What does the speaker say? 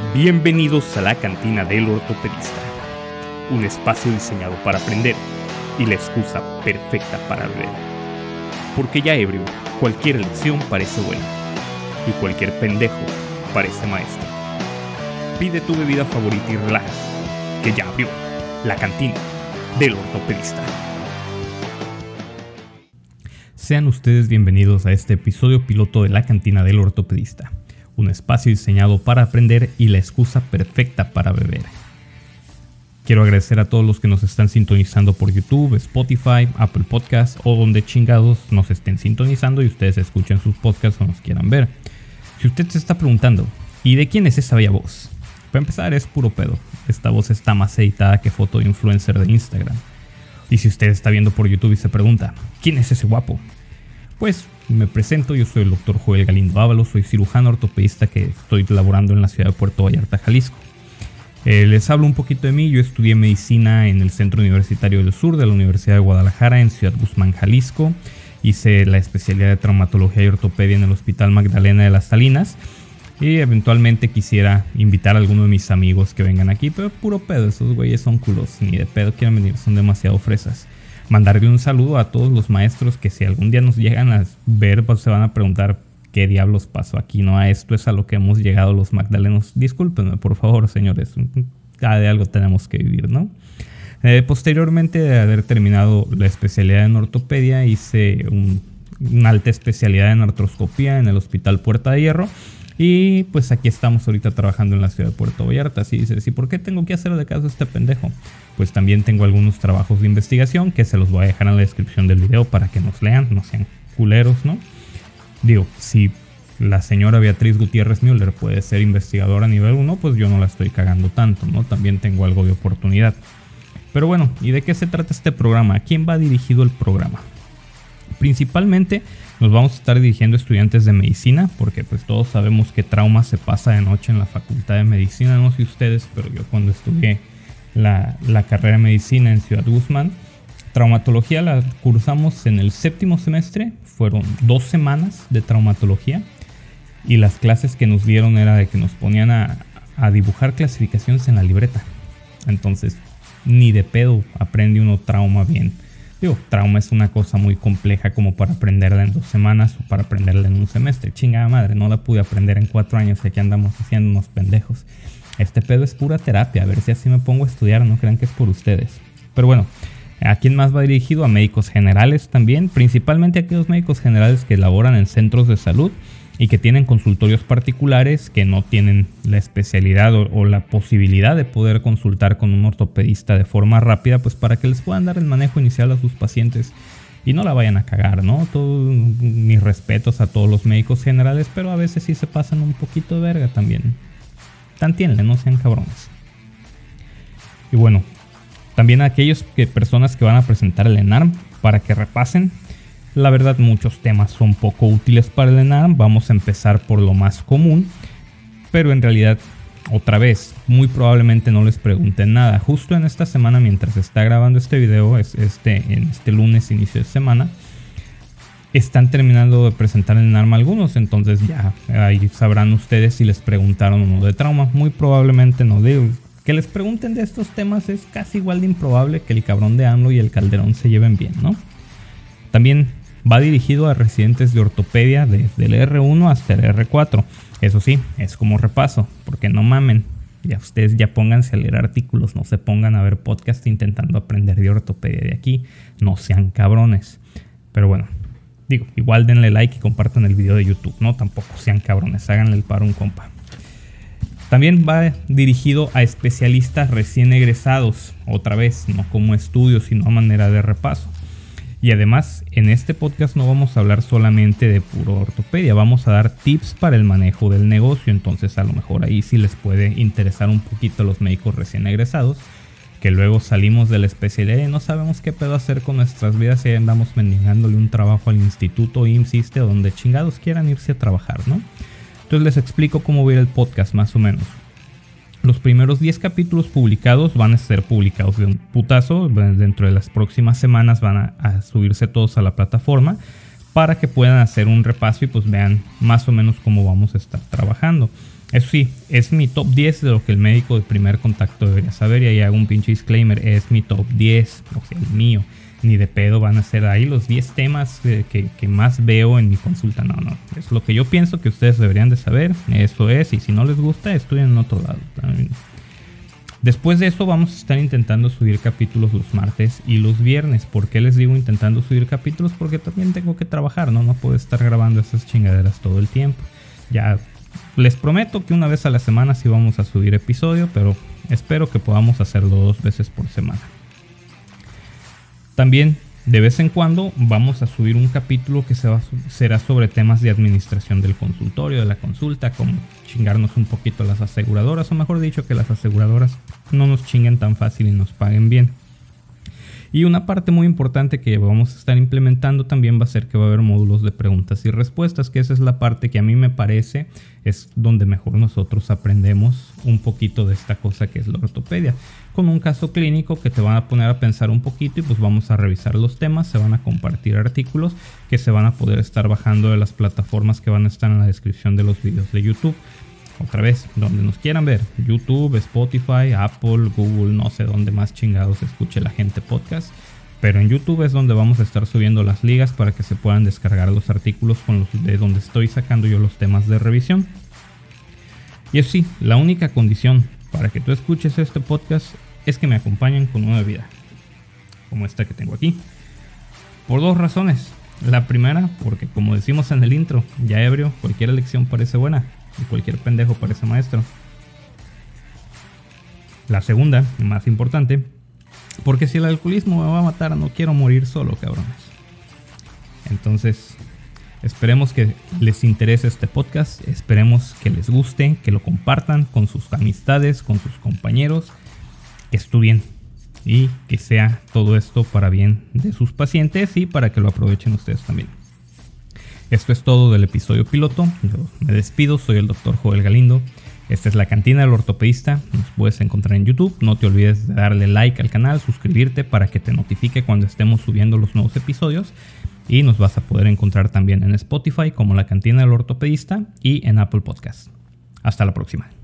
Bienvenidos a la cantina del ortopedista, un espacio diseñado para aprender y la excusa perfecta para beber. Porque ya ebrio, cualquier lección parece buena y cualquier pendejo parece maestro. Pide tu bebida favorita y relájate, que ya abrió la cantina del ortopedista. Sean ustedes bienvenidos a este episodio piloto de la cantina del ortopedista, un espacio diseñado para aprender y la excusa perfecta para beber. Quiero agradecer a todos los que nos están sintonizando por YouTube, Spotify, Apple Podcasts o donde chingados nos estén sintonizando y ustedes escuchen sus podcasts o nos quieran ver. Si usted se está preguntando, ¿y de quién es esa bella voz? Para empezar, es puro pedo. Esta voz está más editada que foto de influencer de Instagram. Y si usted está viendo por YouTube y se pregunta, ¿quién es ese guapo? Pues me presento, yo soy el Dr. Joel Galindo Ábalos, soy cirujano ortopedista que estoy laborando en la ciudad de Puerto Vallarta, Jalisco. Les hablo un poquito de mí. Yo estudié medicina en el Centro Universitario del Sur de la Universidad de Guadalajara en Ciudad Guzmán, Jalisco. Hice la especialidad de traumatología y ortopedia en el Hospital Magdalena de las Salinas. Y eventualmente quisiera invitar a alguno de mis amigos que vengan aquí, pero puro pedo, esos güeyes son culos, ni de pedo quieren venir, son demasiado fresas. Mandarle un saludo a todos los maestros que si algún día nos llegan a ver, pues se van a preguntar qué diablos pasó aquí, ¿no? A esto es a lo que hemos llegado los magdalenos. Discúlpenme, por favor, señores, de algo tenemos que vivir, ¿no? Posteriormente de haber terminado la especialidad en ortopedia, hice una alta especialidad en artroscopía en el Hospital Puerta de Hierro. Y pues aquí estamos ahorita trabajando en la ciudad de Puerto Vallarta. Así dices, ¿y por qué tengo que hacer de caso a este pendejo? Pues también tengo algunos trabajos de investigación que se los voy a dejar en la descripción del video para que nos lean, no sean culeros, ¿no? Digo, si la señora Beatriz Gutiérrez Müller puede ser investigadora a nivel 1, pues yo no la estoy cagando tanto, ¿no? También tengo algo de oportunidad. Pero bueno, ¿y de qué se trata este programa? ¿A quién va dirigido el programa? Principalmente nos vamos a estar dirigiendo a estudiantes de medicina, porque pues todos sabemos que trauma se pasa de noche en la facultad de medicina, no sé ustedes, pero yo cuando estudié la carrera de medicina en Ciudad Guzmán, traumatología la cursamos en el 7º semestre, fueron 2 semanas de traumatología y las clases que nos dieron era de que nos ponían a dibujar clasificaciones en la libreta. Entonces, ni de pedo aprende uno trauma bien. Digo, trauma es una cosa muy compleja como para aprenderla en 2 semanas o para aprenderla en un semestre. Chingada madre, no la pude aprender en 4 años, aquí andamos haciendo unos pendejos. Este pedo es pura terapia, a ver si así me pongo a estudiar, no crean que es por ustedes. Pero bueno, ¿a quién más va dirigido? A médicos generales también, principalmente a aquellos médicos generales que laboran en centros de salud y que tienen consultorios particulares, que no tienen la especialidad o la posibilidad de poder consultar con un ortopedista de forma rápida, pues para que les puedan dar el manejo inicial a sus pacientes y no la vayan a cagar, ¿no? Mis respetos a todos los médicos generales, pero a veces sí se pasan un poquito de verga también. Tantienle, no sean cabrones. Y bueno, también a aquellos personas que van a presentar el ENARM para que repasen. La verdad, muchos temas son poco útiles para el ENARM. Vamos a empezar por lo más común, pero en realidad, otra vez, muy probablemente no les pregunten nada. Justo en esta semana, mientras se está grabando este video, en este lunes, inicio de semana, están terminando de presentar el ENARM algunos. Entonces ya ahí sabrán ustedes si les preguntaron o no de trauma. Muy probablemente no. Que les pregunten de estos temas es casi igual de improbable que el cabrón de AMLO y el Calderón se lleven bien, ¿no? También va dirigido a residentes de ortopedia desde el R1 hasta el R4. Eso sí, es como repaso, porque no mamen. Ya ustedes ya pónganse a leer artículos, no se pongan a ver podcast intentando aprender de ortopedia de aquí. No sean cabrones. Pero bueno, digo, igual denle like y compartan el video de YouTube, ¿no? Tampoco sean cabrones, háganle el paro a un compa. También va dirigido a especialistas recién egresados, otra vez, no como estudio, sino a manera de repaso. Y además, en este podcast no vamos a hablar solamente de puro ortopedia, vamos a dar tips para el manejo del negocio. Entonces a lo mejor ahí sí les puede interesar un poquito a los médicos recién egresados, que luego salimos de la especialidad y no sabemos qué pedo hacer con nuestras vidas y andamos mendigándole un trabajo al instituto, IMSS, o donde chingados quieran irse a trabajar, ¿no? Entonces les explico cómo va a ir el podcast más o menos. Los primeros 10 capítulos publicados van a ser publicados de un putazo. Dentro de las próximas semanas van a subirse todos a la plataforma para que puedan hacer un repaso y pues vean más o menos cómo vamos a estar trabajando. Eso sí, es mi top 10 de lo que el médico de primer contacto debería saber. Y ahí hago un pinche disclaimer, es mi top 10, o sea, el mío. Ni de pedo van a ser ahí los 10 temas que más veo en mi consulta. No, es lo que yo pienso que ustedes deberían de saber. Eso es, y si no les gusta, estudien en otro lado. Después de eso vamos a estar intentando subir capítulos los martes y los viernes. ¿Por qué les digo intentando subir capítulos? Porque también tengo que trabajar, no puedo estar grabando esas chingaderas todo el tiempo. Ya les prometo que una vez a la semana sí vamos a subir episodio, pero espero que podamos hacerlo 2 veces por semana. También de vez en cuando vamos a subir un capítulo que será sobre temas de administración del consultorio, de la consulta, como chingarnos un poquito las aseguradoras, o mejor dicho, que las aseguradoras no nos chinguen tan fácil y nos paguen bien. Y una parte muy importante que vamos a estar implementando también va a ser que va a haber módulos de preguntas y respuestas, que esa es la parte que a mí me parece es donde mejor nosotros aprendemos un poquito de esta cosa que es la ortopedia. Con un caso clínico que te van a poner a pensar un poquito y pues vamos a revisar los temas, se van a compartir artículos que se van a poder estar bajando de las plataformas que van a estar en la descripción de los videos de YouTube. Otra vez, donde nos quieran ver, YouTube, Spotify, Apple, Google, no sé dónde más chingados escuche la gente podcast, pero en YouTube es donde vamos a estar subiendo las ligas para que se puedan descargar los artículos de donde estoy sacando yo los temas de revisión. Y eso sí, la única condición para que tú escuches este podcast es que me acompañen con una bebida, como esta que tengo aquí, por 2 razones. La primera, porque como decimos en el intro, ya ebrio, cualquier elección parece buena. Y cualquier pendejo parece maestro. La segunda, y más importante, porque si el alcoholismo me va a matar, no quiero morir solo, cabrones. Entonces, esperemos que les interese este podcast, esperemos que les guste, que lo compartan con sus amistades, con sus compañeros, que estudien y que sea todo esto para bien de sus pacientes y para que lo aprovechen ustedes también. Esto es todo del episodio piloto. Yo me despido, soy el Dr. Joel Galindo. Esta es la Cantina del Ortopedista. Nos puedes encontrar en YouTube. No te olvides de darle like al canal, suscribirte para que te notifique cuando estemos subiendo los nuevos episodios. Y nos vas a poder encontrar también en Spotify como la Cantina del Ortopedista y en Apple Podcast. Hasta la próxima.